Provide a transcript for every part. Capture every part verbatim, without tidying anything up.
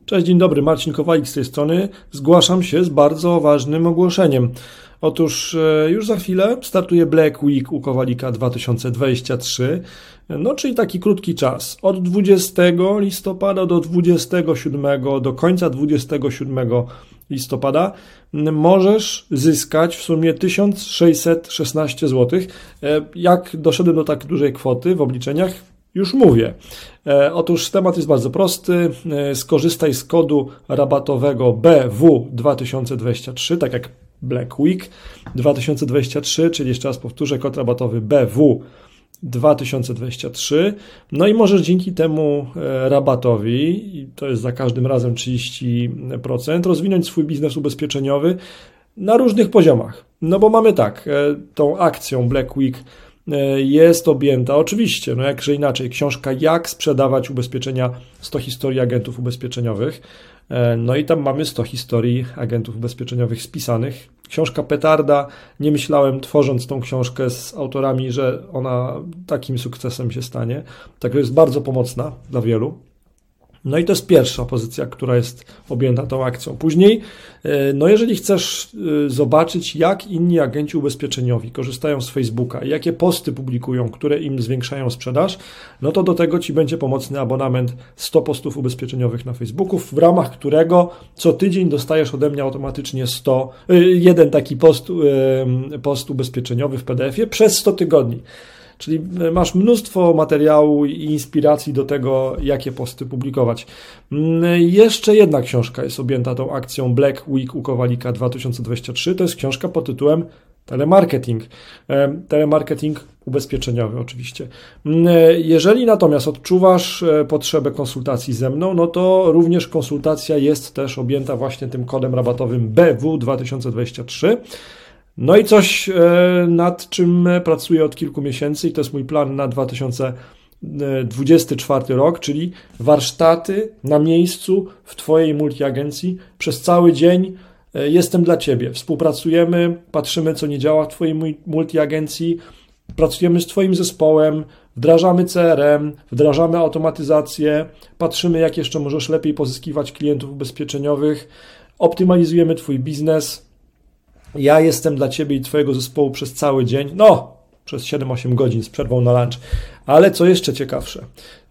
Cześć, dzień dobry, Marcin Kowalik z tej strony. Zgłaszam się z bardzo ważnym ogłoszeniem. Otóż już za chwilę startuje Black Week u Kowalika dwa tysiące dwudziesty trzeci, no czyli taki krótki czas. Od dwudziestego listopada do dwudziestego siódmego, do końca dwudziestego siódmego listopada możesz zyskać w sumie tysiąc sześćset szesnaście złotych. Jak doszedłem do tak dużej kwoty w obliczeniach, już mówię. Otóż temat jest bardzo prosty. Skorzystaj z kodu rabatowego B W dwa tysiące dwudziesty trzeci, tak jak Black Week dwa tysiące dwudziesty trzeci, czyli jeszcze raz powtórzę, kod rabatowy B W dwa tysiące dwudziesty trzeci. No i możesz dzięki temu rabatowi, i to jest za każdym razem trzydzieści procent, rozwinąć swój biznes ubezpieczeniowy na różnych poziomach. No bo mamy tak, tą akcją Black Week jest objęta, oczywiście, no jakże inaczej, książka Jak sprzedawać ubezpieczenia, sto historii agentów ubezpieczeniowych. No i tam mamy sto historii agentów ubezpieczeniowych spisanych. Książka petarda. Nie myślałem, tworząc tą książkę z autorami, że ona takim sukcesem się stanie. Także jest bardzo pomocna dla wielu. No i to jest pierwsza pozycja, która jest objęta tą akcją. Później, no jeżeli chcesz zobaczyć, jak inni agenci ubezpieczeniowi korzystają z Facebooka, jakie posty publikują, które im zwiększają sprzedaż, no to do tego Ci będzie pomocny abonament sto postów ubezpieczeniowych na Facebooku, w ramach którego co tydzień dostajesz ode mnie automatycznie sto, jeden taki post, post ubezpieczeniowy w P D F-ie przez sto tygodni. Czyli masz mnóstwo materiału i inspiracji do tego, jakie posty publikować. Jeszcze jedna książka jest objęta tą akcją Black Week u Kowalika dwa tysiące dwudziesty trzeci. To jest książka pod tytułem Telemarketing. Telemarketing ubezpieczeniowy oczywiście. Jeżeli natomiast odczuwasz potrzebę konsultacji ze mną, no to również konsultacja jest też objęta właśnie tym kodem rabatowym B W dwa tysiące dwudziesty trzeci. No i coś, nad czym pracuję od kilku miesięcy i to jest mój plan na dwa tysiące dwudziesty czwarty rok, czyli warsztaty na miejscu w Twojej multiagencji. Przez cały dzień jestem dla Ciebie. Współpracujemy, patrzymy, co nie działa w Twojej multiagencji, pracujemy z Twoim zespołem, wdrażamy C R M, wdrażamy automatyzację, patrzymy, jak jeszcze możesz lepiej pozyskiwać klientów ubezpieczeniowych, optymalizujemy Twój biznes. Ja jestem dla Ciebie i Twojego zespołu przez cały dzień, no, przez siedem osiem godzin z przerwą na lunch. Ale co jeszcze ciekawsze,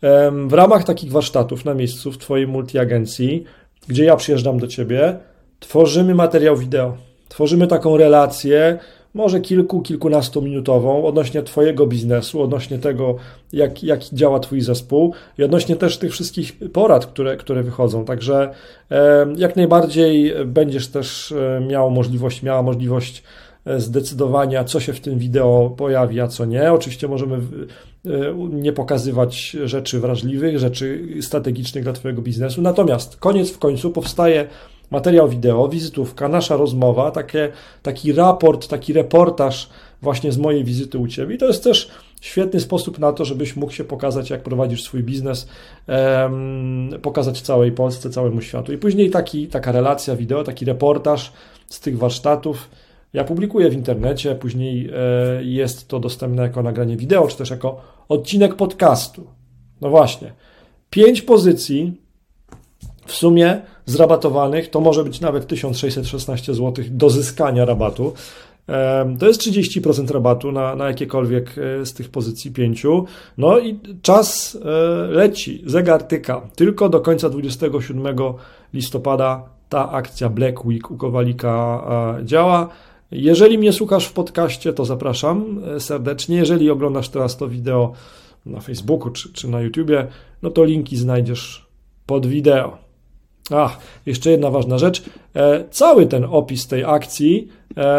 w ramach takich warsztatów na miejscu w Twojej multiagencji, gdzie ja przyjeżdżam do Ciebie, tworzymy materiał wideo. Tworzymy taką relację, może kilku, kilkunastominutową odnośnie Twojego biznesu, odnośnie tego, jak, jak działa Twój zespół i odnośnie też tych wszystkich porad, które, które wychodzą. Także e, jak najbardziej będziesz też miał możliwość, miała możliwość zdecydowania, co się w tym wideo pojawi, a co nie. Oczywiście możemy nie pokazywać rzeczy wrażliwych, rzeczy strategicznych dla Twojego biznesu. Natomiast koniec w końcu powstaje materiał wideo, wizytówka, nasza rozmowa, takie, taki raport, taki reportaż właśnie z mojej wizyty u Ciebie. I to jest też świetny sposób na to, żebyś mógł się pokazać, jak prowadzisz swój biznes, em, pokazać całej Polsce, całemu światu. I później taki, taka relacja wideo, taki reportaż z tych warsztatów. Ja publikuję w internecie, później e, jest to dostępne jako nagranie wideo, czy też jako odcinek podcastu. No właśnie, pięć pozycji w sumie zrabatowanych, to może być nawet tysiąc sześćset szesnaście złotych do zyskania rabatu. To jest trzydzieści procent rabatu na, na jakiekolwiek z tych pozycji pięciu. No i czas leci, zegar tyka. Tylko do końca dwudziestego siódmego listopada ta akcja Black Week u Kowalika działa. Jeżeli mnie słuchasz w podcaście, to zapraszam serdecznie. Jeżeli oglądasz teraz to wideo na Facebooku czy, czy na YouTubie, no to linki znajdziesz pod wideo. Ach, jeszcze jedna ważna rzecz. Cały ten opis tej akcji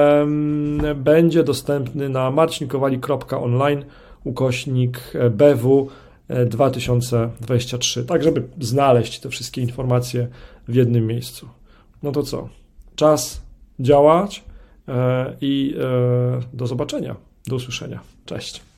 będzie dostępny na marcinkowalik kropka online ukośnik B W dwa tysiące dwudziesty trzeci, tak żeby znaleźć te wszystkie informacje w jednym miejscu. No to co? Czas działać i do zobaczenia, do usłyszenia. Cześć.